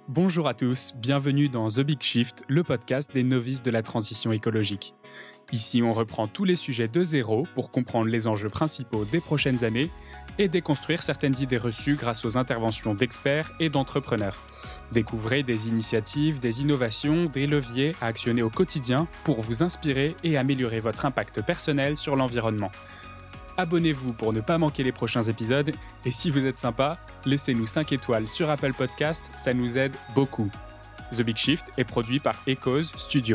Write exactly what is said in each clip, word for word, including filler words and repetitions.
Bonjour à tous, bienvenue dans The Big Shift, le podcast des novices de la transition écologique. Ici, on reprend tous les sujets de zéro pour comprendre les enjeux principaux des prochaines années et déconstruire certaines idées reçues grâce aux interventions d'experts et d'entrepreneurs. Découvrez des initiatives, des innovations, des leviers à actionner au quotidien pour vous inspirer et améliorer votre impact personnel sur l'environnement. Abonnez-vous pour ne pas manquer les prochains épisodes et si vous êtes sympa, laissez-nous cinq étoiles sur Apple Podcast, ça nous aide beaucoup. The Big Shift est produit par Echoes Studio.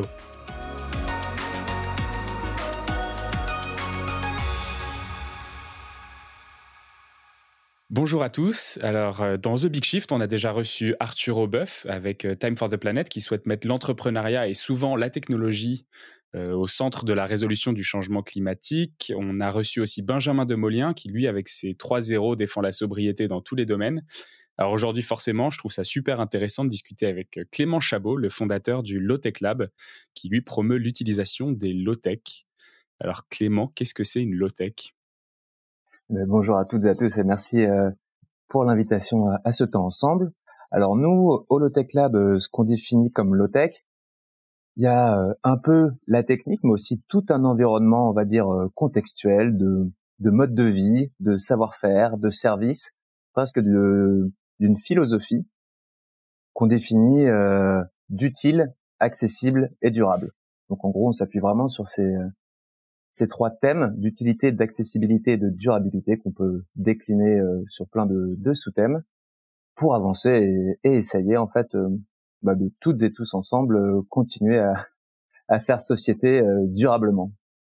Bonjour à tous. Alors, dans The Big Shift, on a déjà reçu Arthur Aubeuf avec Time for the Planet qui souhaite mettre l'entrepreneuriat et souvent la technologie euh, au centre de la résolution du changement climatique. On a reçu aussi Benjamin Demolien qui, lui, avec ses trois zéro, défend la sobriété dans tous les domaines. Alors aujourd'hui, forcément, je trouve ça super intéressant de discuter avec Clément Chabot, le fondateur du Low-Tech Lab, qui, lui, promeut l'utilisation des low-tech. Alors Clément, qu'est-ce que c'est une low-tech ? Bonjour à toutes et à tous et merci euh, pour l'invitation à, à ce temps ensemble. Alors nous, au Low-Tech Lab, euh, ce qu'on définit comme low-tech, il y a euh, un peu la technique, mais aussi tout un environnement, on va dire, euh, contextuel, de, de mode de vie, de savoir-faire, de service, presque de, d'une philosophie qu'on définit euh, d'utile, accessible et durable. Donc en gros, on s'appuie vraiment sur ces... Euh, ces trois thèmes d'utilité, d'accessibilité et de durabilité qu'on peut décliner euh, sur plein de, de sous-thèmes pour avancer et, et essayer en fait euh, bah, de toutes et tous ensemble euh, continuer à, à faire société euh, durablement.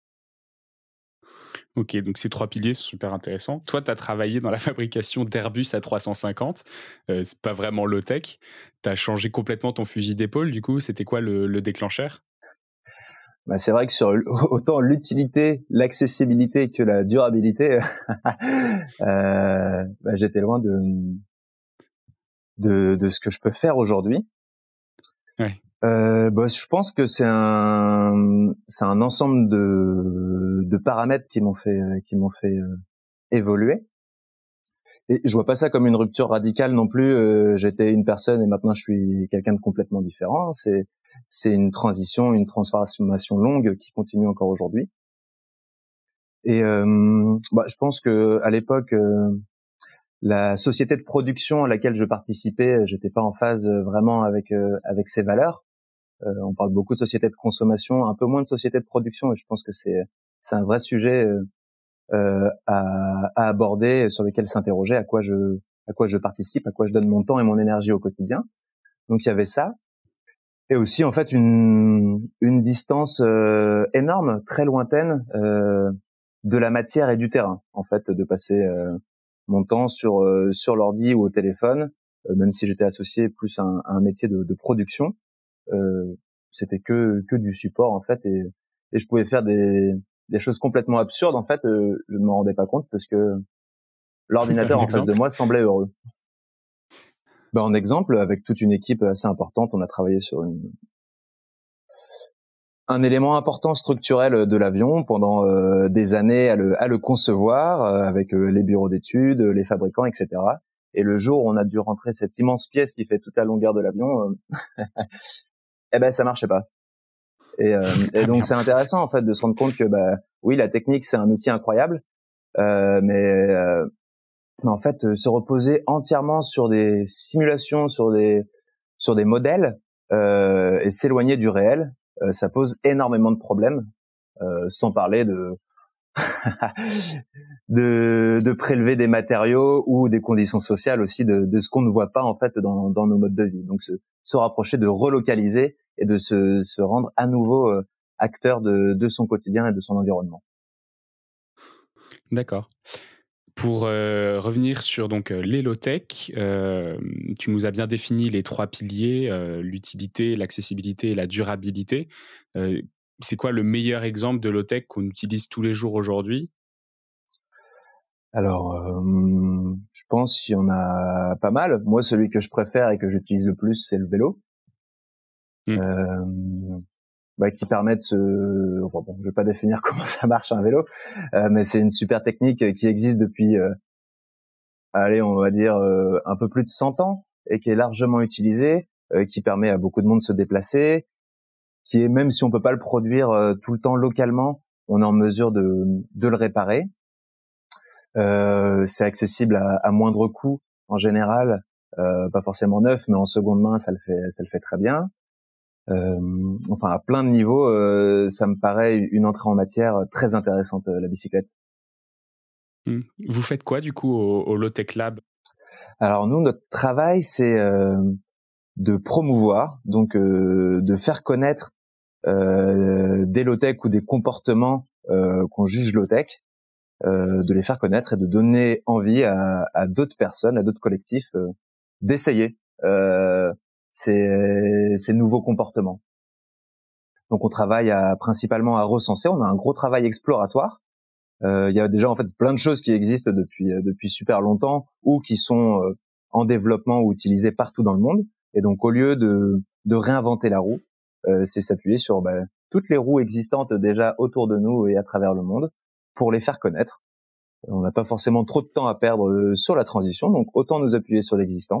Ok, donc ces trois piliers sont super intéressants. Toi, tu as travaillé dans la fabrication d'Airbus A trois cent cinquante. Euh, c'est pas vraiment low-tech. Tu as changé complètement ton fusil d'épaule. Du coup, c'était quoi le, le déclencheur ? Bah, c'est vrai que sur autant l'utilité, l'accessibilité que la durabilité, euh, bah, j'étais loin de, de de ce que je peux faire aujourd'hui. Ouais. Euh, bah, je pense que c'est un c'est un ensemble de de paramètres qui m'ont fait qui m'ont fait euh, évoluer. Et je vois pas ça comme une rupture radicale non plus. Euh, j'étais une personne et maintenant je suis quelqu'un de complètement différent. C'est c'est une transition, une transformation longue qui continue encore aujourd'hui. Et euh, bah, je pense que à l'époque, euh, la société de production à laquelle je participais, j'étais pas en phase vraiment avec euh, avec ses valeurs. Euh, on parle beaucoup de société de consommation, un peu moins de société de production, et je pense que c'est c'est un vrai sujet euh, euh, à, à aborder, sur lequel s'interroger, à quoi je à quoi je participe, à quoi je donne mon temps et mon énergie au quotidien. Donc il y avait ça. Et aussi en fait une une distance euh, énorme, très lointaine euh, de la matière et du terrain. En fait, de passer euh, mon temps sur euh, sur l'ordi ou au téléphone, euh, même si j'étais associé plus à un, à un métier de, de production, euh, c'était que que du support en fait, et et je pouvais faire des des choses complètement absurdes en fait. Euh, je ne m'en rendais pas compte parce que l'ordinateur en face de moi semblait heureux. Ben, en exemple, avec toute une équipe assez importante, on a travaillé sur une, un élément important structurel de l'avion pendant euh, des années à le, à le concevoir, euh, avec euh, les bureaux d'études, les fabricants, et cetera. Et le jour où on a dû rentrer cette immense pièce qui fait toute la longueur de l'avion, euh, eh ben ça marchait pas. Et, euh, et donc c'est intéressant en fait de se rendre compte que bah oui, la technique c'est un outil incroyable, euh, mais euh, mais en fait, euh, se reposer entièrement sur des simulations, sur des sur des modèles euh, et s'éloigner du réel, euh, ça pose énormément de problèmes. Euh, sans parler de de de prélever des matériaux ou des conditions sociales aussi de de ce qu'on ne voit pas en fait dans dans nos modes de vie. Donc se se rapprocher de relocaliser et de se se rendre à nouveau euh, acteur de de son quotidien et de son environnement. D'accord. Pour euh, revenir sur donc euh, les low-tech, euh, tu nous as bien défini les trois piliers, euh, l'utilité, l'accessibilité et la durabilité. Euh, c'est quoi le meilleur exemple de low-tech qu'on utilise tous les jours aujourd'hui ? Alors, euh, je pense qu'il y en a pas mal. Moi, celui que je préfère et que j'utilise le plus, c'est le vélo, mmh. euh, bah, qui permet de se... Enfin, bon, je vais pas définir comment ça marche un vélo, euh, mais c'est une super technique qui existe depuis, euh, allez, on va dire euh, un peu plus de cent ans et qui est largement utilisé, euh, qui permet à beaucoup de monde de se déplacer, qui est, même si on peut pas le produire euh, tout le temps localement, on est en mesure de, de le réparer. Euh, c'est accessible à, à moindre coût en général, euh, pas forcément neuf, mais en seconde main, ça le fait, ça le fait très bien. Euh, enfin, à plein de niveaux, euh, ça me paraît une entrée en matière très intéressante, la bicyclette. Mmh. Vous faites quoi du coup au, au Low-Tech Lab? Alors nous, notre travail, c'est euh, de promouvoir, donc euh, de faire connaître euh, des low-tech ou des comportements euh, qu'on juge low-tech, euh, de les faire connaître et de donner envie à, à d'autres personnes, à d'autres collectifs, euh, d'essayer euh, ces, ces nouveaux comportements. Donc on travaille à, principalement à recenser. On a un gros travail exploratoire. Euh, il y a déjà en fait plein de choses qui existent depuis euh, depuis super longtemps ou qui sont euh, en développement ou utilisées partout dans le monde. Et donc au lieu de de réinventer la roue, euh, c'est s'appuyer sur bah, toutes les roues existantes déjà autour de nous et à travers le monde pour les faire connaître. On n'a pas forcément trop de temps à perdre euh, sur la transition, donc autant nous appuyer sur l'existant.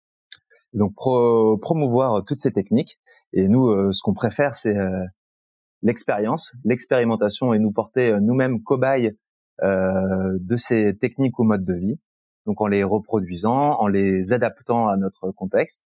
Donc pro, promouvoir toutes ces techniques. Et nous, euh, ce qu'on préfère, c'est euh, l'expérience, l'expérimentation et nous porter euh, nous-mêmes cobayes euh, de ces techniques ou modes de vie. Donc en les reproduisant, en les adaptant à notre contexte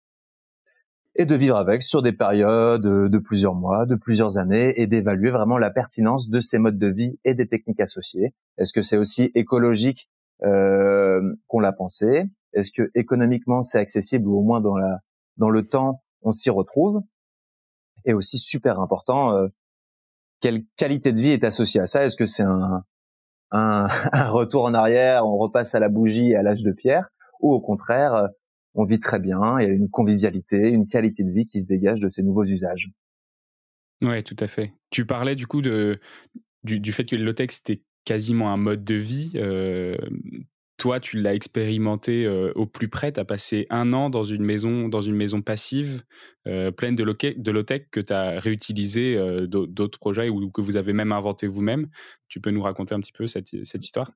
et de vivre avec sur des périodes de plusieurs mois, de plusieurs années et d'évaluer vraiment la pertinence de ces modes de vie et des techniques associées. Est-ce que c'est aussi écologique euh, qu'on l'a pensé? Est-ce que économiquement c'est accessible ou au moins dans la dans le temps on s'y retrouve? Et aussi super important, euh, quelle qualité de vie est associée à ça? Est-ce que c'est un, un, un retour en arrière, on repasse à la bougie et à l'âge de pierre, ou au contraire, on vit très bien, il y a une convivialité, une qualité de vie qui se dégage de ces nouveaux usages. Ouais, tout à fait. Tu parlais du coup de, du, du fait que le low-tech c'était quasiment un mode de vie. Euh, toi, tu l'as expérimenté euh, au plus près. Tu as passé un an dans une maison, dans une maison passive euh, pleine de, low- de low-tech que tu as réutilisé euh, d'autres projets ou que vous avez même inventé vous-même. Tu peux nous raconter un petit peu cette, cette histoire?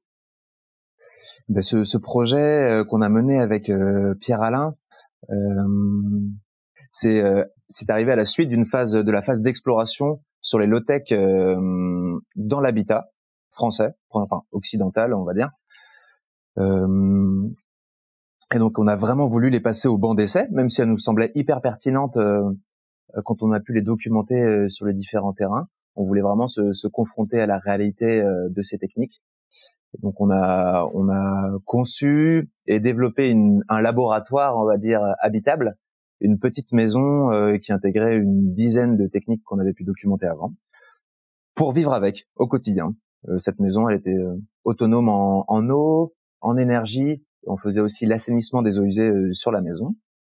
Ben ce, ce projet euh, qu'on a mené avec euh, Pierre-Alain, euh, c'est euh, c'est arrivé à la suite d'une phase de la phase d'exploration sur les low-tech euh, dans l'habitat français, enfin occidental, on va dire. Euh, et donc on a vraiment voulu les passer au banc d'essai, même si elles nous semblaient hyper pertinentes euh, quand on a pu les documenter euh, sur les différents terrains. On voulait vraiment se, se confronter à la réalité euh, de ces techniques. Et donc on a on a conçu et développé une, un laboratoire, on va dire habitable, une petite maison euh, qui intégrait une dizaine de techniques qu'on avait pu documenter avant, pour vivre avec au quotidien. Euh, cette maison, elle était euh, autonome en, en eau, en énergie. On faisait aussi l'assainissement des eaux usées euh, sur la maison.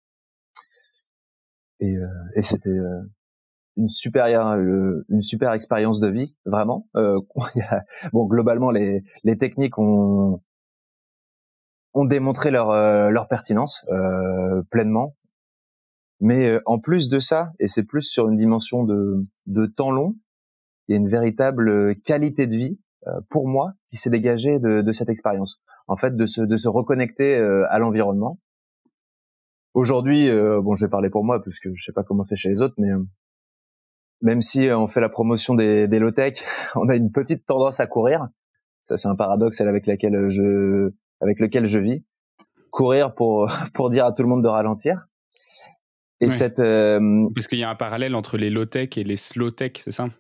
Et, euh, et c'était euh, une super euh, une super expérience de vie, vraiment. Euh, y a, bon, globalement, les, les techniques ont ont démontré leur euh, leur pertinence euh, pleinement. Mais euh, en plus de ça, et c'est plus sur une dimension de de temps long, il y a une véritable qualité de vie euh, pour moi qui s'est dégagée de, de cette expérience. En fait, de se de se reconnecter euh, à l'environnement. Aujourd'hui, euh, bon, je vais parler pour moi parce que je sais pas comment c'est chez les autres, mais euh, même si on fait la promotion des, des low-tech, on a une petite tendance à courir. Ça, c'est un paradoxe avec lequel je avec lequel je vis. Courir pour pour dire à tout le monde de ralentir. Et Ouais. cette euh, Parce qu'il y a un parallèle entre les low-tech et les slow-tech, c'est ça?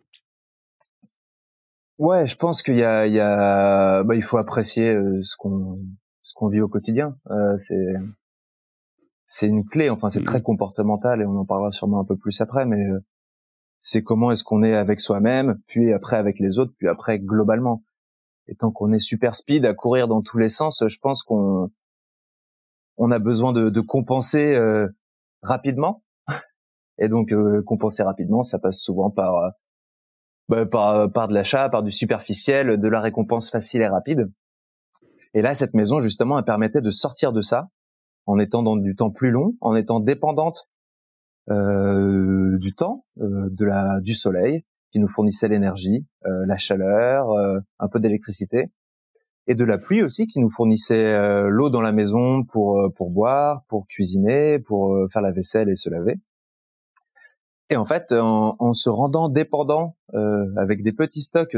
Ouais, je pense qu'il y a, il y a, bah, il faut apprécier euh, ce qu'on, ce qu'on vit au quotidien. Euh, c'est, c'est une clé. Enfin, c'est très Mmh. comportemental et on en parlera sûrement un peu plus après. Mais euh, c'est comment est-ce qu'on est avec soi-même, puis après avec les autres, puis après globalement. Et tant qu'on est super speed à courir dans tous les sens, je pense qu'on, on a besoin de, de compenser euh, rapidement. Et donc euh, compenser rapidement, ça passe souvent par euh, bah, par par de l'achat, par du superficiel, de la récompense facile et rapide. Et là, cette maison, justement, elle permettait de sortir de ça, en étant dans du temps plus long, en étant dépendante euh, du temps, euh, de la, du soleil, qui nous fournissait l'énergie, euh, la chaleur, euh, un peu d'électricité. et de la pluie aussi qui nous fournissait euh, l'eau dans la maison pour euh, pour boire, pour cuisiner, pour euh, faire la vaisselle et se laver. Et en fait, en, en se rendant dépendant euh, avec des petits stocks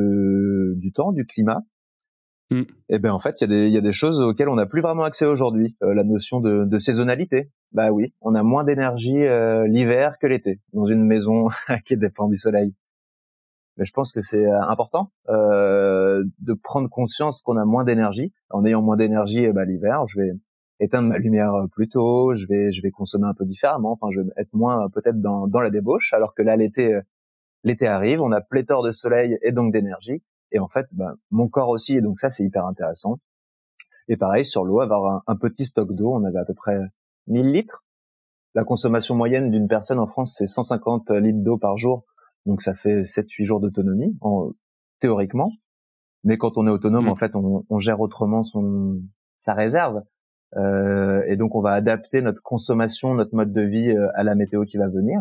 de du temps, du climat, mm. et ben en fait, il y a des il y a des choses auxquelles on n'a plus vraiment accès aujourd'hui. Euh, la notion de, de saisonnalité. Bah oui, on a moins d'énergie euh, l'hiver que l'été dans une maison qui dépend du soleil. Mais je pense que c'est important euh, de prendre conscience qu'on a moins d'énergie. En ayant moins d'énergie, bah, l'hiver, je vais éteindre ma lumière plus tôt, je vais je vais consommer un peu différemment. Enfin, je vais être moins peut-être dans dans la débauche, alors que là l'été l'été arrive, on a pléthore de soleil et donc d'énergie. Et en fait, bah, mon corps aussi, et donc ça c'est hyper intéressant. Et pareil sur l'eau, avoir un, un petit stock d'eau, on avait à peu près mille litres. La consommation moyenne d'une personne en France, c'est cent cinquante litres d'eau par jour. Donc ça fait sept huit jours d'autonomie, en, théoriquement. Mais quand on est autonome, mmh. en fait, on, on gère autrement son sa réserve. Euh, et donc on va adapter notre consommation, notre mode de vie euh, à la météo qui va venir.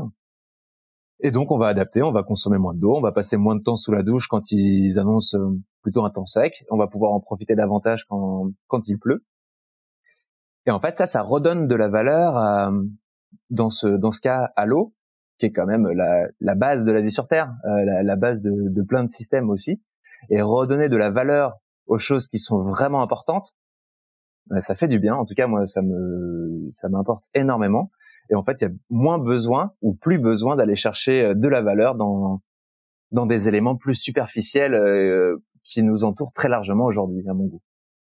Et donc on va adapter, on va consommer moins d'eau, on va passer moins de temps sous la douche quand ils annoncent euh, plutôt un temps sec. On va pouvoir en profiter davantage quand quand il pleut. Et en fait, ça, ça redonne de la valeur à, dans ce dans ce cas à l'eau, qui est quand même la, la base de la vie sur Terre, euh, la, la base de, de plein de systèmes aussi, et redonner de la valeur aux choses qui sont vraiment importantes, euh, ça fait du bien. En tout cas, moi, ça me ça m'importe énormément. Et en fait, il y a moins besoin ou plus besoin d'aller chercher de la valeur dans dans des éléments plus superficiels euh, qui nous entourent très largement aujourd'hui, à mon goût.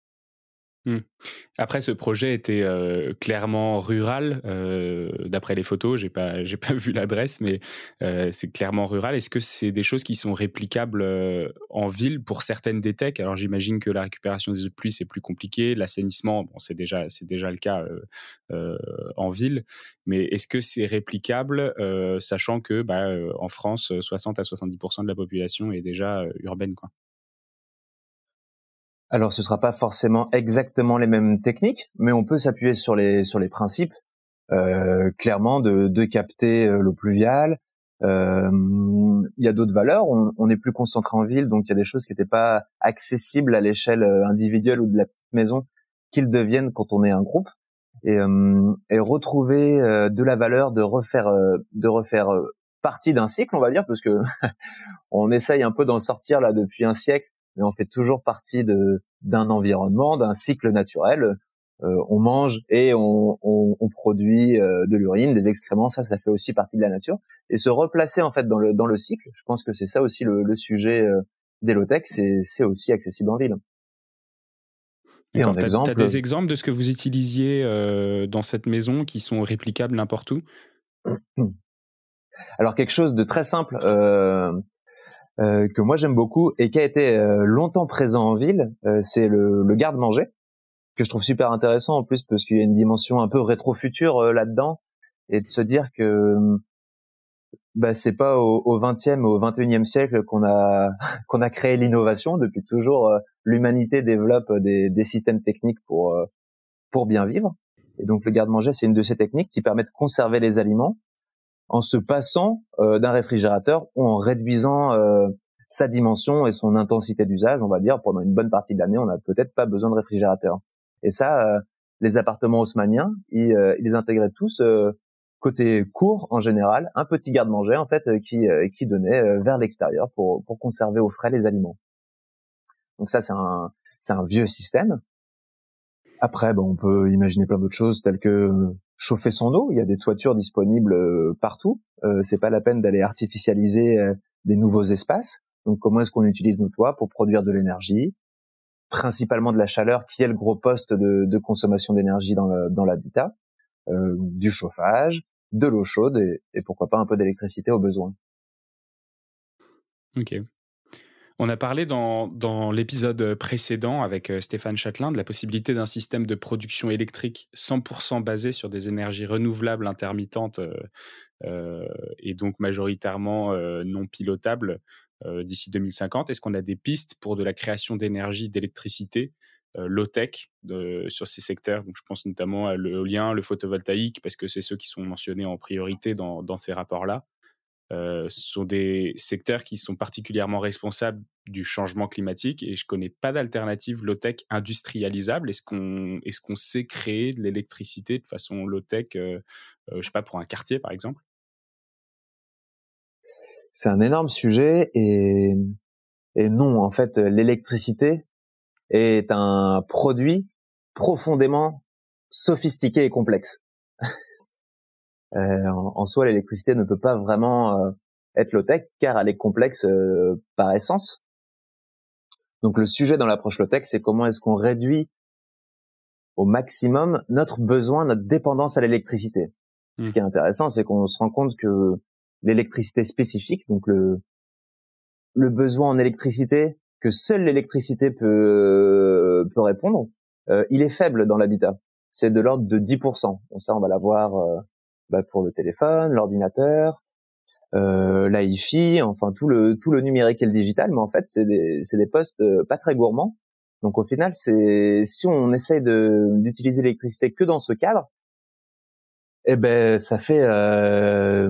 Mmh. Après, ce projet était euh, clairement rural, euh, d'après les photos. J'ai pas, j'ai pas vu l'adresse, mais euh, c'est clairement rural. Est-ce que c'est des choses qui sont réplicables euh, en ville pour certaines des techs? Alors, j'imagine que la récupération des eaux de pluie c'est plus compliqué, l'assainissement, bon, c'est déjà, c'est déjà le cas euh, euh, en ville. Mais est-ce que c'est réplicable, euh, sachant que, bah, euh, en France, soixante à soixante-dix pour cent de la population est déjà euh, urbaine, quoi? Alors, ce sera pas forcément exactement les mêmes techniques, mais on peut s'appuyer sur les sur les principes, euh, clairement de, de capter euh, l'eau pluviale. Euh, il y a d'autres valeurs. On, on est plus concentré en ville, donc il y a des choses qui n'étaient pas accessibles à l'échelle individuelle ou de la petite maison qu'ils deviennent quand on est un groupe. Et, euh, et retrouver euh, de la valeur, de refaire euh, de refaire euh, partie d'un cycle, on va dire, parce que on essaye un peu d'en sortir là depuis un siècle. Mais on fait toujours partie de d'un environnement, d'un cycle naturel. Euh, on mange et on, on, on produit euh, de l'urine, des excréments. Ça, ça fait aussi partie de la nature. Et se replacer en fait dans le dans le cycle, je pense que c'est ça aussi le, le sujet euh, d'Elotech. C'est c'est aussi accessible en ville. Et en exemple, t'as des exemples de ce que vous utilisiez euh, dans cette maison qui sont réplicables n'importe où? Alors quelque chose de très simple. Euh, Euh, que moi j'aime beaucoup et qui a été euh, longtemps présent en ville, euh, c'est le, le garde-manger, que je trouve super intéressant en plus parce qu'il y a une dimension un peu rétro-future euh, là-dedans, et de se dire que bah, c'est pas au, au vingtième, au vingt et unième siècle qu'on a qu'on a créé l'innovation. Depuis toujours, euh, l'humanité développe des, des systèmes techniques pour euh, pour bien vivre. Et donc le garde-manger, c'est une de ces techniques qui permet de conserver les aliments en se passant euh, d'un réfrigérateur ou en réduisant euh, sa dimension et son intensité d'usage, on va dire, pendant une bonne partie de l'année, on n'a peut-être pas besoin de réfrigérateur. Et ça, euh, les appartements haussmanniens, ils, euh, ils les intégraient tous euh, côté cour en général, un petit garde-manger en fait euh, qui euh, qui donnait euh, vers l'extérieur pour pour conserver au frais les aliments. Donc ça, c'est un c'est un vieux système. Après, bon, on peut imaginer plein d'autres choses telles que chauffer son eau. Il y a des toitures disponibles euh, partout. Euh, c'est pas la peine d'aller artificialiser euh, des nouveaux espaces. Donc, comment est-ce qu'on utilise nos toits pour produire de l'énergie, principalement de la chaleur, qui est le gros poste de, de consommation d'énergie dans, le, dans l'habitat, euh, du chauffage, de l'eau chaude et, et pourquoi pas un peu d'électricité au besoin. Ok. On a parlé dans, dans l'épisode précédent avec Stéphane Châtelain de la possibilité d'un système de production électrique cent pour cent basé sur des énergies renouvelables intermittentes euh, euh, et donc majoritairement euh, non pilotables euh, d'ici deux mille cinquante. Est-ce qu'on a des pistes pour de la création d'énergie, d'électricité, euh, low-tech de, sur ces secteurs? Donc, je pense notamment à l'éolien, le photovoltaïque, parce que c'est ceux qui sont mentionnés en priorité dans, dans ces rapports-là. euh, sont des secteurs qui sont particulièrement responsables du changement climatique et je connais pas d'alternative low-tech industrialisable. Est-ce qu'on, est-ce qu'on sait créer de l'électricité de façon low-tech, euh, euh, je sais pas, pour un quartier par exemple? C'est un énorme sujet et, et non, en fait, l'électricité est un produit profondément sophistiqué et complexe. Euh, en, en soi, l'électricité ne peut pas vraiment euh, être low-tech car elle est complexe euh, par essence. Donc le sujet dans l'approche low-tech, c'est comment est-ce qu'on réduit au maximum notre besoin, notre dépendance à l'électricité. Mmh. Ce qui est intéressant, c'est qu'on se rend compte que l'électricité spécifique, donc le le besoin en électricité que seule l'électricité peut peut répondre, euh, il est faible dans l'habitat. C'est de l'ordre de dix pour cent. Donc ça, on va l'avoir euh, bah, pour le téléphone, l'ordinateur, euh, la hi-fi, enfin tout le tout le numérique et le digital. Mais en fait, c'est des c'est des postes pas très gourmands. Donc au final, c'est si on essaye de d'utiliser l'électricité que dans ce cadre, eh ben ça fait euh,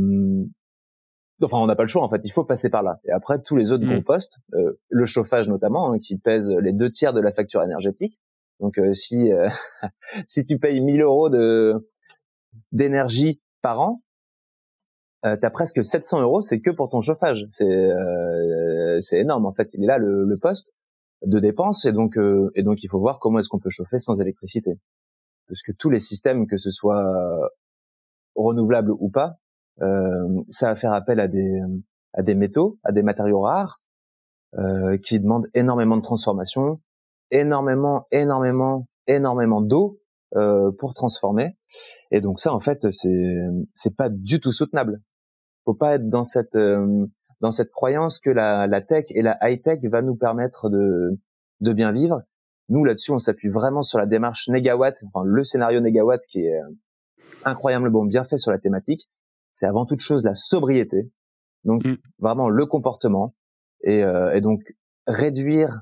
enfin on n'a pas le choix en fait, il faut passer par là. Et après tous les autres mmh. gros postes, euh, le chauffage notamment, hein, qui pèse les deux tiers de la facture énergétique. Donc euh, si euh, si tu payes mille euros de d'énergie par an, euh, t'as presque sept cents euros, c'est que pour ton chauffage. C'est euh, c'est énorme en fait. Il est là le, le poste de dépenses et donc euh, et donc il faut voir comment est-ce qu'on peut chauffer sans électricité. Parce que tous les systèmes, que ce soit renouvelables ou pas, euh, ça va faire appel à des à des métaux, à des matériaux rares euh, qui demandent énormément de transformation, énormément, énormément, énormément d'eau euh, pour transformer. Et donc ça, en fait, c'est c'est pas du tout soutenable. Faut pas être dans cette euh, dans cette croyance que la, la tech et la high tech va nous permettre de de bien vivre. Nous là-dessus, on s'appuie vraiment sur la démarche Négawatt, enfin le scénario Négawatt qui est incroyablement bien fait sur la thématique. C'est avant toute chose la sobriété, donc mmh. vraiment le comportement et, euh, et donc réduire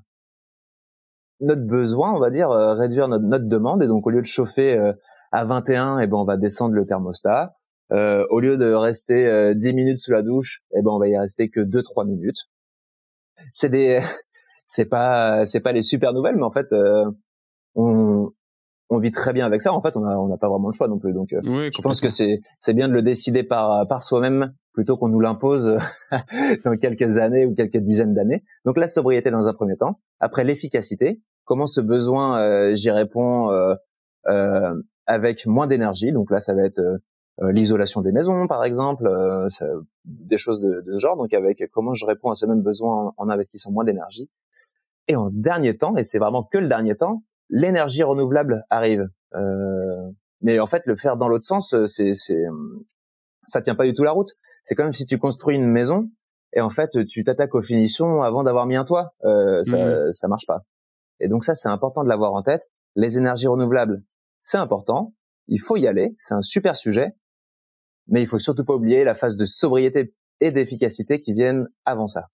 notre besoin, on va dire, euh, réduire notre, notre demande. Et donc au lieu de chauffer euh, à vingt et un, et ben on va descendre le thermostat. Euh, au lieu de rester euh, dix minutes sous la douche, et ben on va y rester que deux trois minutes. C'est des, c'est pas, c'est pas les super nouvelles, mais en fait, euh, on, on vit très bien avec ça. En fait, on a, on n'a pas vraiment le choix non plus. Donc, oui, je pense que c'est, c'est bien de le décider par, par soi-même plutôt qu'on nous l'impose dans quelques années ou quelques dizaines d'années. Donc, la sobriété dans un premier temps. Après, l'efficacité. Comment ce besoin, euh, j'y réponds euh, euh, avec moins d'énergie. Donc là, ça va être euh, l'isolation des maisons, par exemple, euh, ça, des choses de, de ce genre. Donc, avec comment je réponds à ce même besoin en, en investissant moins d'énergie. Et en dernier temps, et c'est vraiment que le dernier temps, l'énergie renouvelable arrive. Euh, mais en fait, le faire dans l'autre sens, c'est, c'est, ça tient pas du tout la route. C'est comme si tu construis une maison et en fait, tu t'attaques aux finitions avant d'avoir mis un toit. Euh, ça, mmh. ça marche pas. Et donc ça, c'est important de l'avoir en tête. Les énergies renouvelables, c'est important. Il faut y aller. C'est un super sujet. Mais il faut surtout pas oublier la phase de sobriété et d'efficacité qui viennent avant ça.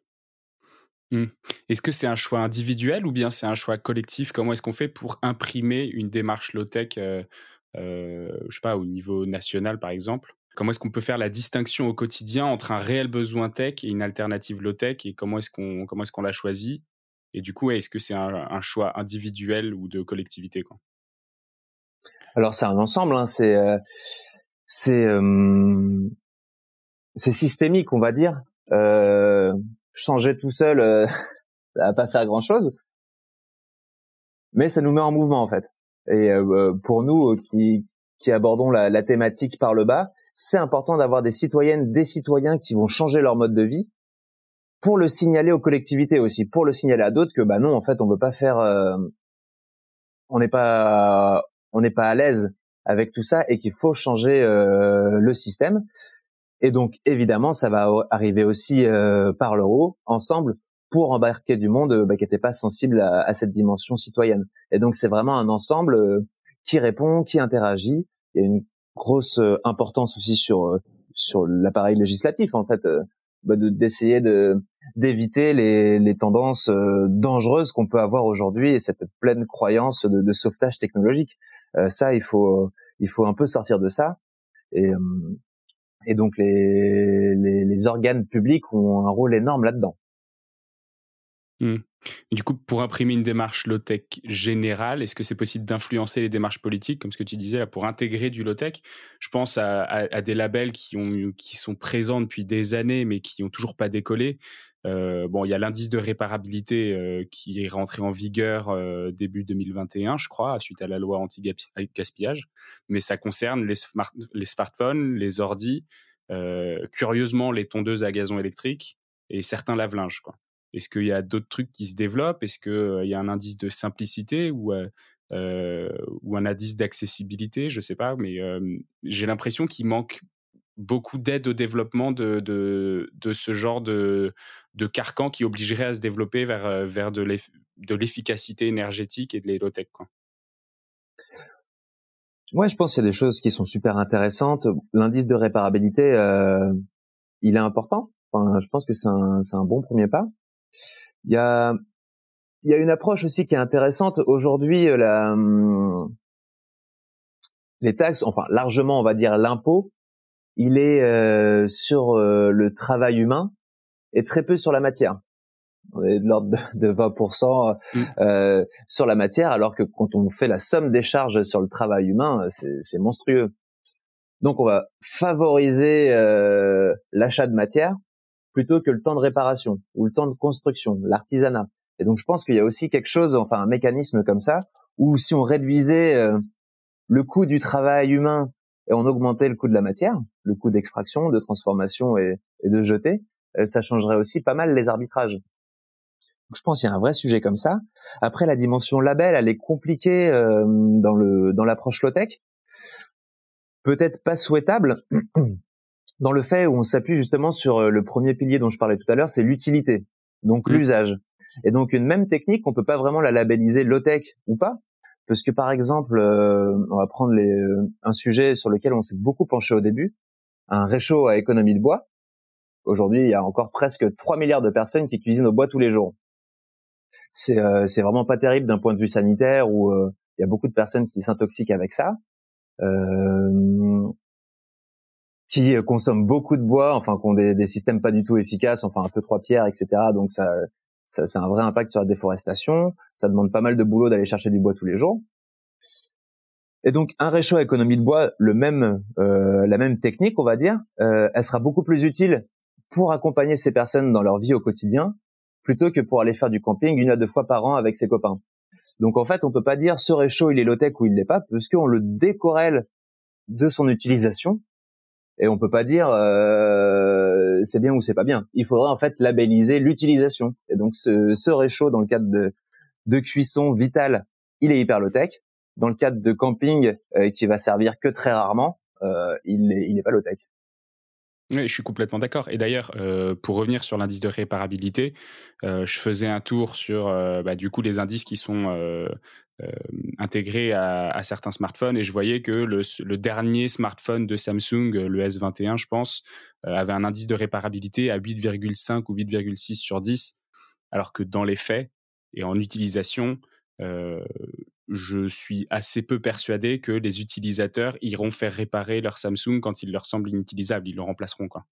Mmh. Est-ce que c'est un choix individuel ou bien c'est un choix collectif? Comment est-ce qu'on fait pour imprimer une démarche low-tech, euh, euh, je sais pas, au niveau national par exemple? Comment est-ce qu'on peut faire la distinction au quotidien entre un réel besoin tech et une alternative low-tech et comment est-ce qu'on comment est-ce qu'on la choisit? Et du coup, est-ce que c'est un, un choix individuel ou de collectivité, quoi? Alors c'est un ensemble, hein, c'est euh, c'est euh, c'est systémique, on va dire. Euh, changer tout seul, euh, ça va pas faire grand-chose, mais ça nous met en mouvement en fait. Et euh, pour nous qui qui abordons la, la thématique par le bas, c'est important d'avoir des citoyennes, des citoyens qui vont changer leur mode de vie pour le signaler aux collectivités aussi, pour le signaler à d'autres que bah non, en fait, on veut pas faire, euh, on n'est pas on n'est pas à l'aise avec tout ça et qu'il faut changer euh, le système. Et donc évidemment, ça va arriver aussi euh, par le haut, ensemble, pour embarquer du monde bah, qui n'était pas sensible à, à cette dimension citoyenne. Et donc c'est vraiment un ensemble euh, qui répond, qui interagit. Il y a une grosse euh, importance aussi sur euh, sur l'appareil législatif en fait, euh, bah, de, d'essayer de d'éviter les, les tendances euh, dangereuses qu'on peut avoir aujourd'hui et cette pleine croyance de, de sauvetage technologique. Euh, ça, il faut il faut un peu sortir de ça. Et euh, Et donc les, les, les organes publics ont un rôle énorme là-dedans. Mmh. Et du coup, pour imprimer une démarche low-tech générale, est-ce que c'est possible d'influencer les démarches politiques, comme ce que tu disais, là, pour intégrer du low-tech? Je pense à, à, à des labels qui, ont, qui sont présents depuis des années, mais qui n'ont toujours pas décollé. Euh, bon, il y a l'indice de réparabilité euh, qui est rentré en vigueur euh, début deux mille vingt et un, je crois, suite à la loi anti-gaspillage. Mais ça concerne les, smart, les smartphones, les ordis, euh, curieusement, les tondeuses à gazon électrique et certains lave-linges, quoi. Est-ce qu'il y a d'autres trucs qui se développent? Est-ce qu'il euh, y a un indice de simplicité ou, euh, euh, ou un indice d'accessibilité? Je ne sais pas, mais euh, j'ai l'impression qu'il manque beaucoup d'aide au développement de, de, de ce genre de, de carcan qui obligerait à se développer vers, vers de, l'eff- de l'efficacité énergétique et de l'élotech, quoi. Ouais, je pense qu'il y a des choses qui sont super intéressantes. L'indice de réparabilité, euh, il est important. Enfin, je pense que c'est un, c'est un bon premier pas. Il y a, il y a une approche aussi qui est intéressante. Aujourd'hui, la, les taxes, enfin largement, on va dire l'impôt, il est euh, sur euh, le travail humain et très peu sur la matière. On est de l'ordre de vingt pour cent Mm. euh, sur la matière, alors que quand on fait la somme des charges sur le travail humain, c'est, c'est monstrueux. Donc on va favoriser euh, l'achat de matière plutôt que le temps de réparation ou le temps de construction, l'artisanat. Et donc je pense qu'il y a aussi quelque chose, enfin un mécanisme comme ça, où si on réduisait euh, le coût du travail humain et on augmentait le coût de la matière, le coût d'extraction, de transformation et, et de jeter, euh, ça changerait aussi pas mal les arbitrages. Donc, je pense qu'il y a un vrai sujet comme ça. Après, la dimension label, elle est compliquée euh, dans le dans l'approche low-tech. Peut-être pas souhaitable dans le fait où on s'appuie justement sur le premier pilier dont je parlais tout à l'heure, c'est l'utilité, donc Mm. l'usage. Et donc une même technique, on peut pas vraiment la labelliser low-tech ou pas, parce que par exemple, euh, on va prendre les, un sujet sur lequel on s'est beaucoup penché au début, un réchaud à économie de bois. Aujourd'hui, il y a encore presque trois milliards de personnes qui cuisinent au bois tous les jours. C'est, euh, c'est vraiment pas terrible d'un point de vue sanitaire où euh, il y a beaucoup de personnes qui s'intoxiquent avec ça. Euh, qui consomment beaucoup de bois, enfin, qui ont des, des systèmes pas du tout efficaces, enfin, un peu trois pierres, et cetera. Donc, ça, ça, c'est un vrai impact sur la déforestation. Ça demande pas mal de boulot d'aller chercher du bois tous les jours. Et donc, un réchaud à économie de bois, le même, euh, la même technique, on va dire, euh, elle sera beaucoup plus utile pour accompagner ces personnes dans leur vie au quotidien, plutôt que pour aller faire du camping une à deux fois par an avec ses copains. Donc, en fait, on peut pas dire ce réchaud, il est low-tech ou il l'est pas, parce qu'on le décorrèle de son utilisation. Et on peut pas dire euh, c'est bien ou c'est pas bien. Il faudrait en fait labelliser l'utilisation. Et donc ce, ce réchaud dans le cadre de, de cuisson vitale, il est hyper low-tech. Dans le cadre de camping euh, qui va servir que très rarement, euh, il est, il est pas low-tech. Oui, je suis complètement d'accord. Et d'ailleurs, euh, pour revenir sur l'indice de réparabilité, euh, je faisais un tour sur euh, bah, du coup les indices qui sont euh, euh, intégrés à, à certains smartphones et je voyais que le, le dernier smartphone de Samsung, le S vingt et un, je pense, euh, avait un indice de réparabilité à huit virgule cinq ou huit virgule six sur dix, alors que dans les faits et en utilisation, euh, je suis assez peu persuadé que les utilisateurs iront faire réparer leur Samsung quand il leur semble inutilisable. Ils le remplaceront, quoi.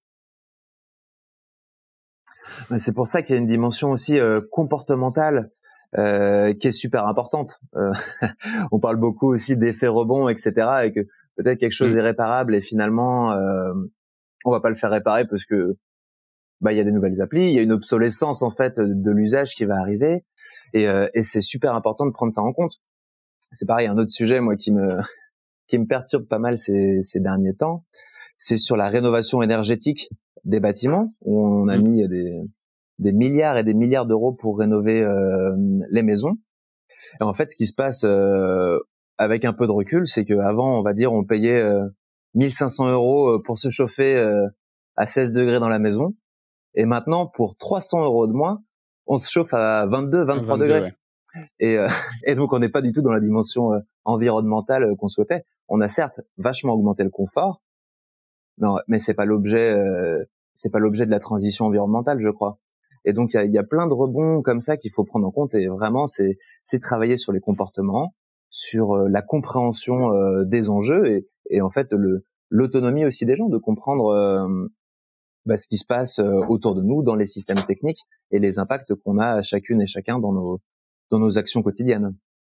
C'est pour ça qu'il y a une dimension aussi euh, comportementale euh, qui est super importante. Euh, on parle beaucoup aussi d'effets rebonds, et cetera. Et que peut-être quelque chose Mmh. est réparable et finalement euh, on va pas le faire réparer parce que bah il y a des nouvelles applis, il y a une obsolescence en fait de l'usage qui va arriver et, euh, et c'est super important de prendre ça en compte. C'est pareil, un autre sujet moi qui me qui me perturbe pas mal ces, ces derniers temps, c'est sur la rénovation énergétique des bâtiments où on a Mmh. mis des des milliards et des milliards d'euros pour rénover euh, les maisons. Et en fait, ce qui se passe euh, avec un peu de recul, c'est qu'avant, on va dire, on payait euh, mille cinq cents euros pour se chauffer euh, à seize degrés dans la maison. Et maintenant, pour trois cents euros de moins, on se chauffe à vingt-deux, vingt-trois vingt-deux, degrés. ouais. Et, euh, et donc, on n'est pas du tout dans la dimension euh, environnementale euh, qu'on souhaitait. On a certes vachement augmenté le confort, non, mais c'est pas l'objet, euh, c'est pas l'objet de la transition environnementale, je crois. Et donc, il y a, y a plein de rebonds comme ça qu'il faut prendre en compte. Et vraiment, c'est, c'est travailler sur les comportements, sur euh, la compréhension euh, des enjeux et, et en fait le l'autonomie aussi des gens, de comprendre euh, bah, ce qui se passe euh, autour de nous dans les systèmes techniques et les impacts qu'on a chacune et chacun dans nos dans nos actions quotidiennes.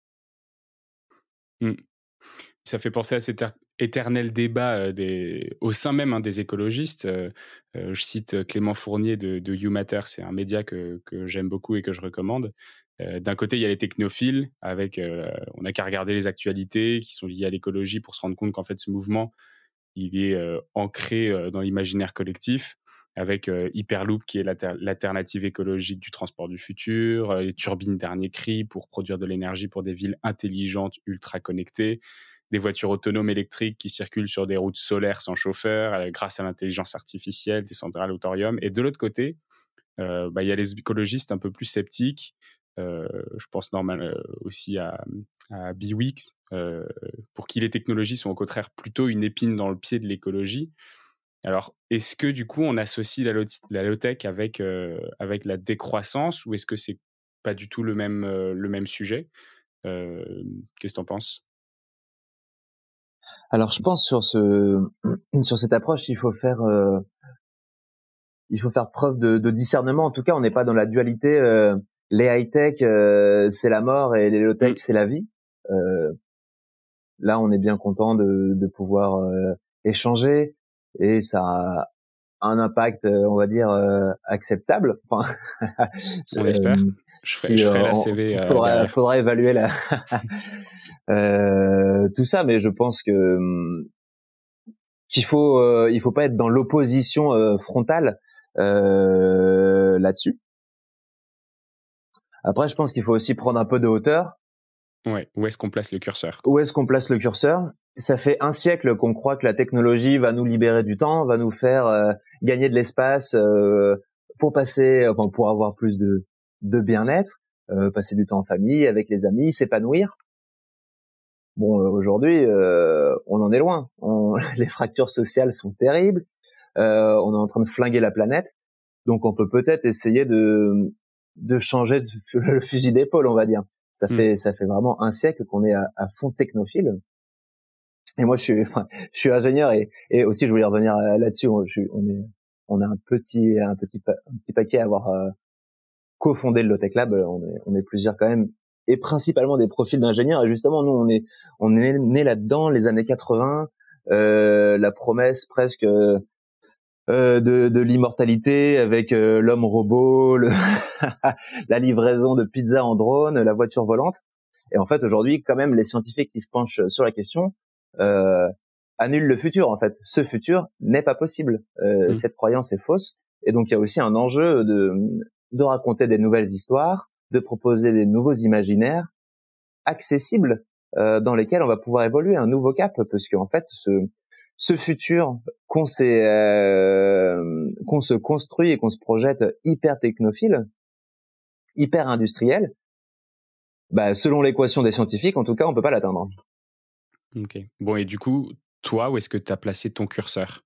Mmh. Ça fait penser à cet er- éternel débat euh, des, au sein même hein, des écologistes. Euh, euh, je cite Clément Fournier de, de You Matter, c'est un média que, que j'aime beaucoup et que je recommande. Euh, d'un côté, il y a les technophiles, avec, euh, on n'a qu'à regarder les actualités qui sont liées à l'écologie pour se rendre compte qu'en fait, ce mouvement, il est euh, ancré euh, dans l'imaginaire collectif, avec euh, Hyperloop, qui est l'alter- l'alternative écologique du transport du futur, euh, les turbines dernier cri pour produire de l'énergie pour des villes intelligentes, ultra connectées, des voitures autonomes électriques qui circulent sur des routes solaires sans chauffeur, euh, grâce à l'intelligence artificielle, des centrales au thorium. Et de l'autre côté, euh, bah, y a les écologistes un peu plus sceptiques. Euh, je pense normal, euh, aussi à, à Biwix, euh, pour qui les technologies sont au contraire plutôt une épine dans le pied de l'écologie. Alors, est-ce que du coup, on associe la, lo- la low-tech avec, euh, avec la décroissance, ou est-ce que c'est pas du tout le même, euh, le même sujet? Euh, Qu'est-ce que tu en penses? Alors je pense sur ce sur cette approche, il faut faire euh, il faut faire preuve de, de discernement. En tout cas, on n'est pas dans la dualité. Euh, les high-tech, euh, c'est la mort, et les low-tech, Mm. c'est la vie. Euh, Là, on est bien content de, de pouvoir euh, échanger, et ça a un impact, euh, on va dire, euh, acceptable. Enfin, On euh, espère. Je ferai, si je euh, ferai la on, C V euh, faudra, derrière. faudra évaluer la euh, tout ça, mais je pense que hum, qu'il faut, euh, il faut pas être dans l'opposition euh, frontale euh, là-dessus. Après, je pense qu'il faut aussi prendre un peu de hauteur. Ouais. Où est-ce qu'on place le curseur? Où est-ce qu'on place le curseur? Ça fait un siècle qu'on croit que la technologie va nous libérer du temps, va nous faire euh, gagner de l'espace euh, pour passer, enfin pour avoir plus de, de bien-être, euh, passer du temps en famille, avec les amis, s'épanouir. Bon, euh, aujourd'hui, euh, on en est loin. On, les fractures sociales sont terribles. Euh, on est en train de flinguer la planète. Donc, on peut peut-être essayer de de changer de, le fusil d'épaule, on va dire. Ça Mm. fait ça fait vraiment un siècle qu'on est à, à fond technophile. Et moi, je suis, enfin, je suis ingénieur, et, et aussi, je voulais revenir là-dessus. On, je, on est, on a un petit, un petit, un petit paquet à avoir euh, cofondé le Low-Tech Lab. On est, on est plusieurs quand même, et principalement des profils d'ingénieurs. Et justement, nous, on est, on est né là-dedans, les années quatre-vingts, euh, la promesse presque euh, de, de l'immortalité avec euh, l'homme robot, le la livraison de pizza en drone, la voiture volante. Et en fait, aujourd'hui, quand même, les scientifiques qui se penchent sur la question euh, annulent le futur. En fait, ce futur n'est pas possible. Euh, Mm. cette croyance est fausse. Et donc, il y a aussi un enjeu de, de raconter des nouvelles histoires, de proposer des nouveaux imaginaires accessibles euh, dans lesquels on va pouvoir évoluer, un nouveau cap, parce qu'en fait, ce, ce futur qu'on s'est, euh, qu'on se construit et qu'on se projette hyper technophile, hyper industriel, bah, selon l'équation des scientifiques, en tout cas, on peut pas l'atteindre. Ok. Bon, et du coup, toi, où est-ce que tu as placé ton curseur?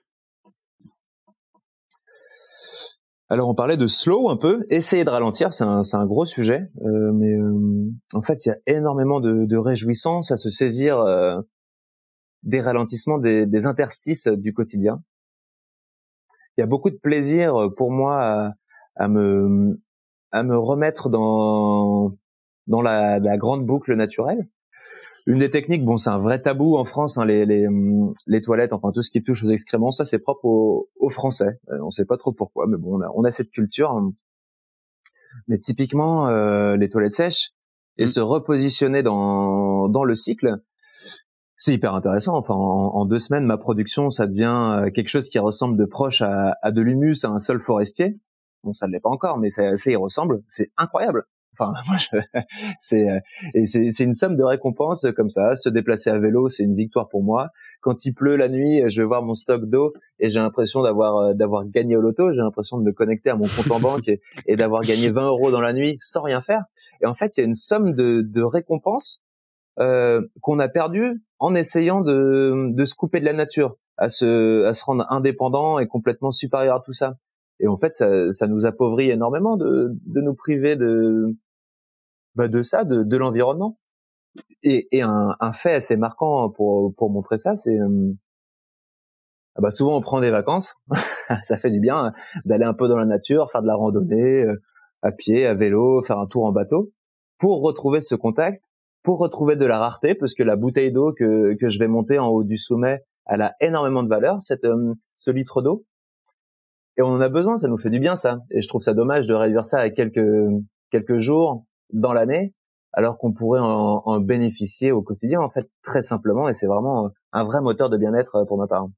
Alors, on parlait de slow un peu, essayer de ralentir, c'est un, c'est un gros sujet, euh, mais euh, en fait, il y a énormément de, de réjouissance à se saisir euh, des ralentissements, des, des interstices du quotidien. Il y a beaucoup de plaisir pour moi à, à me à me remettre dans dans la, la grande boucle naturelle. Une des techniques, bon, c'est un vrai tabou en France, hein, les, les, les toilettes, enfin tout ce qui touche aux excréments, ça c'est propre aux, aux Français. Euh, on sait pas trop pourquoi, mais bon, on a, on a cette culture. Hein. Mais typiquement, euh, les toilettes sèches, et Mm. se repositionner dans dans le cycle, c'est hyper intéressant. Enfin, en, en deux semaines, ma production, ça devient quelque chose qui ressemble de proche à, à de l'humus, à un sol forestier. Bon, ça ne l'est pas encore, mais ça, ça y ressemble. C'est incroyable. Enfin, moi, je, c'est, et c'est, c'est une somme de récompenses comme ça. Se déplacer à vélo, c'est une victoire pour moi. Quand il pleut la nuit, je vais voir mon stock d'eau et j'ai l'impression d'avoir, d'avoir gagné au loto. J'ai l'impression de me connecter à mon compte en banque et, et d'avoir gagné vingt euros dans la nuit sans rien faire. Et en fait, il y a une somme de, de récompenses euh, qu'on a perdu en essayant de, de se couper de la nature, à se, à se rendre indépendant et complètement supérieur à tout ça. Et en fait, ça, ça nous appauvrit énormément de, de nous priver de, bah de ça, de, de l'environnement. Et, et un, un fait assez marquant pour, pour montrer ça, c'est ah bah souvent on prend des vacances, ça fait du bien hein, d'aller un peu dans la nature, faire de la randonnée, euh, à pied, à vélo, faire un tour en bateau, pour retrouver ce contact, pour retrouver de la rareté, parce que la bouteille d'eau que, que je vais monter en haut du sommet, elle a énormément de valeur, cette, euh, ce litre d'eau. Et on en a besoin, ça nous fait du bien ça. Et je trouve ça dommage de réduire ça à quelques, quelques jours dans l'année, alors qu'on pourrait en, en bénéficier au quotidien, en fait, très simplement. Et c'est vraiment un vrai moteur de bien-être pour ma part.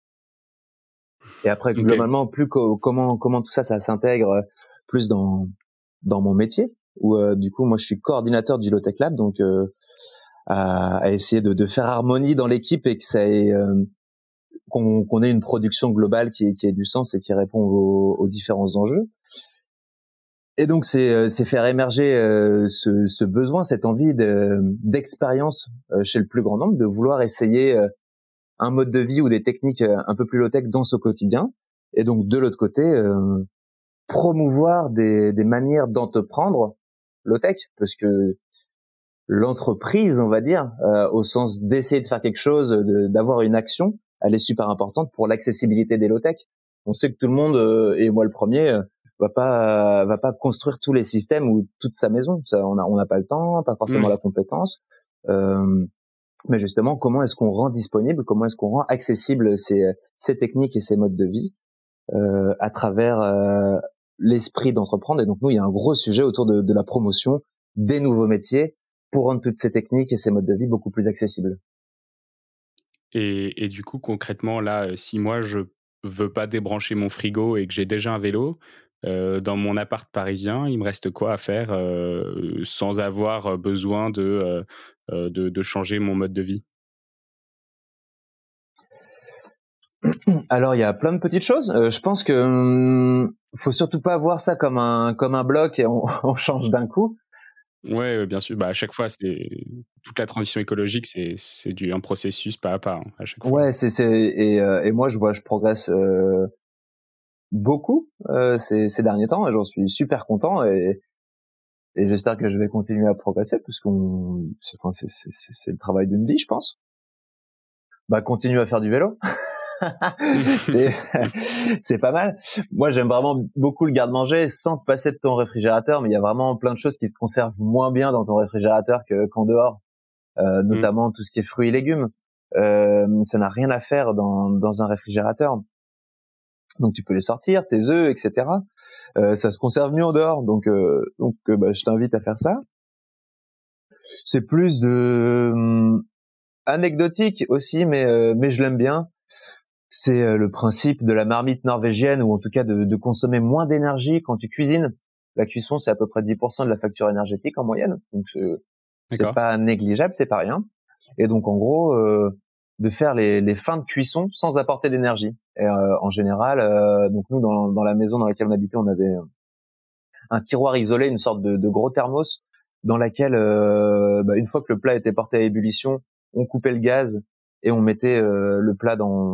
Et après, Okay. globalement, plus co- comment comment tout ça, ça s'intègre plus dans dans mon métier, où euh, du coup, moi, je suis coordinateur du Low-Tech Lab, donc euh, à, à essayer de, de faire harmonie dans l'équipe et que ça ait, euh, qu'on, qu'on ait une production globale qui, qui ait du sens et qui répond aux, aux différents enjeux. Et donc, c'est, c'est faire émerger euh, ce, ce besoin, cette envie de, d'expérience euh, chez le plus grand nombre, de vouloir essayer euh, un mode de vie ou des techniques euh, un peu plus low-tech dans ce quotidien. Et donc, de l'autre côté, euh, promouvoir des, des manières d'entreprendre low-tech, parce que l'entreprise, on va dire, euh, au sens d'essayer de faire quelque chose, de, d'avoir une action, elle est super importante pour l'accessibilité des low-tech. On sait que tout le monde, euh, et moi le premier, euh, va pas va pas construire tous les systèmes ou toute sa maison. Ça, on a on n'a pas le temps, pas forcément Oui. la compétence. Euh, mais justement, comment est-ce qu'on rend disponible, comment est-ce qu'on rend accessible ces ces techniques et ces modes de vie euh, à travers euh, l'esprit d'entreprendre. Et donc nous, il y a un gros sujet autour de, de la promotion des nouveaux métiers pour rendre toutes ces techniques et ces modes de vie beaucoup plus accessibles. Et, et du coup, concrètement, là, euh, si moi, je veux pas débrancher mon frigo et que j'ai déjà un vélo, euh, dans mon appart parisien, il me reste quoi à faire euh, sans avoir besoin de, euh, euh, de, de changer mon mode de vie? Alors il y a plein de petites choses. Euh, je pense que hum, faut surtout pas voir ça comme un comme un bloc et on, on change d'un coup. Ouais, euh, bien sûr. Bah, à chaque fois, c'est toute la transition écologique, c'est c'est du un processus pas à pas hein, à chaque fois. Ouais, c'est c'est et, euh, et moi je vois je progresse euh, beaucoup euh, ces ces derniers temps et j'en suis super content et et j'espère que je vais continuer à progresser parce qu'on c'est enfin c'est c'est c'est c'est le travail d'une vie, je pense. Bah continue à faire du vélo. c'est c'est pas mal. Moi, j'aime vraiment beaucoup le garde-manger sans te passer de ton réfrigérateur, mais il y a vraiment plein de choses qui se conservent moins bien dans ton réfrigérateur que qu'en dehors, euh, Mm. notamment tout ce qui est fruits et légumes. Euh, ça n'a rien à faire dans dans un réfrigérateur. Donc tu peux les sortir, tes œufs, et cetera. Euh, ça se conserve mieux en dehors. Donc euh, donc euh, bah, je t'invite à faire ça. C'est plus euh, anecdotique aussi, mais euh, mais je l'aime bien. C'est euh, le principe de la marmite norvégienne, ou en tout cas de, de consommer moins d'énergie quand tu cuisines. La cuisson, c'est à peu près dix pour cent de la facture énergétique en moyenne, donc c'est, c'est D'accord. pas négligeable, c'est pas rien. Et donc en gros, euh, de faire les, les fins de cuisson sans apporter d'énergie. Et euh, en général, euh, donc nous dans, dans la maison dans laquelle on habitait, on avait un tiroir isolé, une sorte de, de gros thermos dans laquelle, euh, bah, une fois que le plat était porté à ébullition, on coupait le gaz et on mettait euh, le plat dans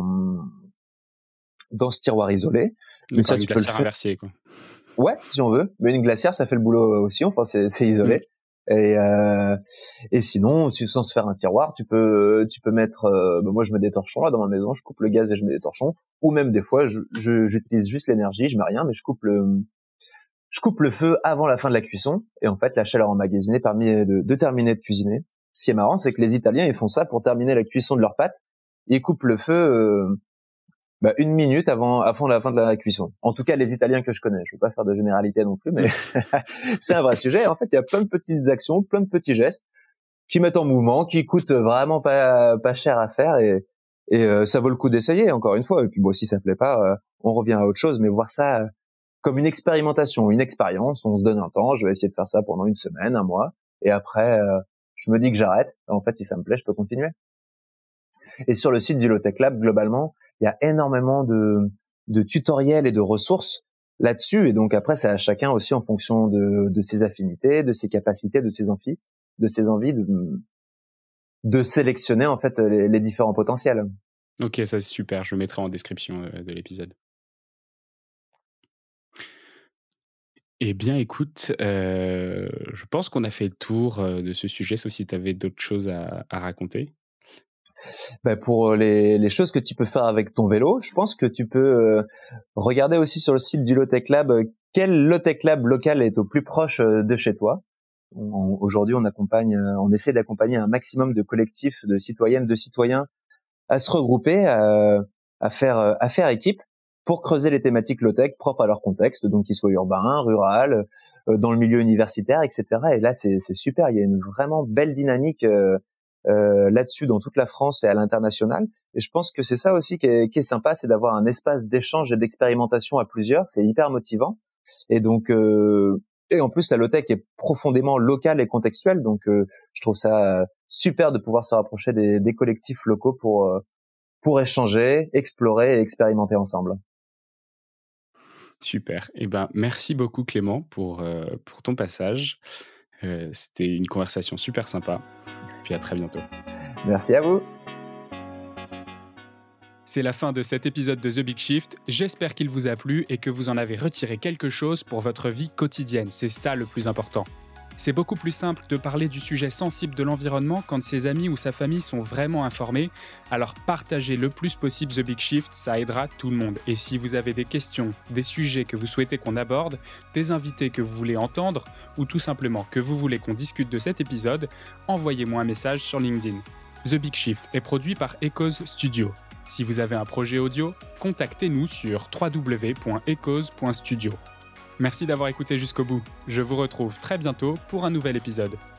dans ce tiroir isolé. Mais D'accord, ça, une tu peux le glacière faire. inversée, quoi. Ouais, si on veut. Mais une glacière, ça fait le boulot aussi. Enfin, c'est, c'est Mm. isolé. Et euh, et sinon, si sans se faire un tiroir, tu peux tu peux mettre. Euh, bah moi, je mets des torchons là dans ma maison. Je coupe le gaz et je mets des torchons. Ou même des fois, je, je j'utilise juste l'énergie. Je mets rien, mais je coupe le je coupe le feu avant la fin de la cuisson. Et en fait, la chaleur emmagasinée permet de, de terminer de cuisiner. Ce qui est marrant, c'est que les Italiens, ils font ça pour terminer la cuisson de leurs pâtes. Ils coupent le feu. Euh, Bah, une minute avant, avant la fin de la cuisson. En tout cas, les Italiens que je connais. Je ne veux pas faire de généralité non plus, mais c'est un vrai sujet. En fait, il y a plein de petites actions, plein de petits gestes qui mettent en mouvement, qui coûtent vraiment pas, pas cher à faire et, et euh, ça vaut le coup d'essayer, encore une fois. Et puis, bon, si ça plaît pas, euh, on revient à autre chose, mais voir ça euh, comme une expérimentation, une expérience. On se donne un temps. Je vais essayer de faire ça pendant une semaine, un mois. Et après, euh, je me dis que j'arrête. En fait, si ça me plaît, je peux continuer. Et sur le site du Low-Tech Lab, globalement, il y a énormément de, de tutoriels et de ressources là-dessus. Et donc après, c'est à chacun aussi en fonction de, de ses affinités, de ses capacités, de ses envies, de ses envies de, de sélectionner en fait les, les différents potentiels. Ok, ça c'est super. Je le mettrai en description euh, de l'épisode. Eh bien, écoute, euh, je pense qu'on a fait le tour euh, de ce sujet, sauf si tu avais d'autres choses à, à raconter. Bah pour les, les choses que tu peux faire avec ton vélo, je pense que tu peux euh, regarder aussi sur le site du Low-Tech Lab euh, quel Low-Tech Lab local est au plus proche euh, de chez toi. On, aujourd'hui, on accompagne, euh, on essaie d'accompagner un maximum de collectifs de citoyennes, de citoyens à se regrouper, à, à faire, à faire équipe pour creuser les thématiques low-tech propres à leur contexte, donc qu'ils soient urbains, rural, euh, dans le milieu universitaire, et cetera. Et là, c'est, c'est super. Il y a une vraiment belle dynamique euh, euh, là-dessus dans toute la France et à l'international. Et je pense que c'est ça aussi qui est, qui est sympa, c'est d'avoir un espace d'échange et d'expérimentation à plusieurs. C'est hyper motivant. Et donc, euh, et en plus, la low-tech est profondément locale et contextuelle. Donc, euh, je trouve ça super de pouvoir se rapprocher des, des collectifs locaux pour euh, pour échanger, explorer et expérimenter ensemble. Super. Eh ben, merci beaucoup Clément pour, euh, pour ton passage. Euh, c'était une conversation super sympa. Puis à très bientôt. Merci à vous. C'est la fin de cet épisode de The Big Shift. J'espère qu'il vous a plu et que vous en avez retiré quelque chose pour votre vie quotidienne. C'est ça le plus important. C'est beaucoup plus simple de parler du sujet sensible de l'environnement quand ses amis ou sa famille sont vraiment informés. Alors partagez le plus possible The Big Shift, ça aidera tout le monde. Et si vous avez des questions, des sujets que vous souhaitez qu'on aborde, des invités que vous voulez entendre, ou tout simplement que vous voulez qu'on discute de cet épisode, envoyez-moi un message sur LinkedIn. The Big Shift est produit par Echoes Studio. Si vous avez un projet audio, contactez-nous sur w w w point echoes point studio. Merci d'avoir écouté jusqu'au bout. Je vous retrouve très bientôt pour un nouvel épisode.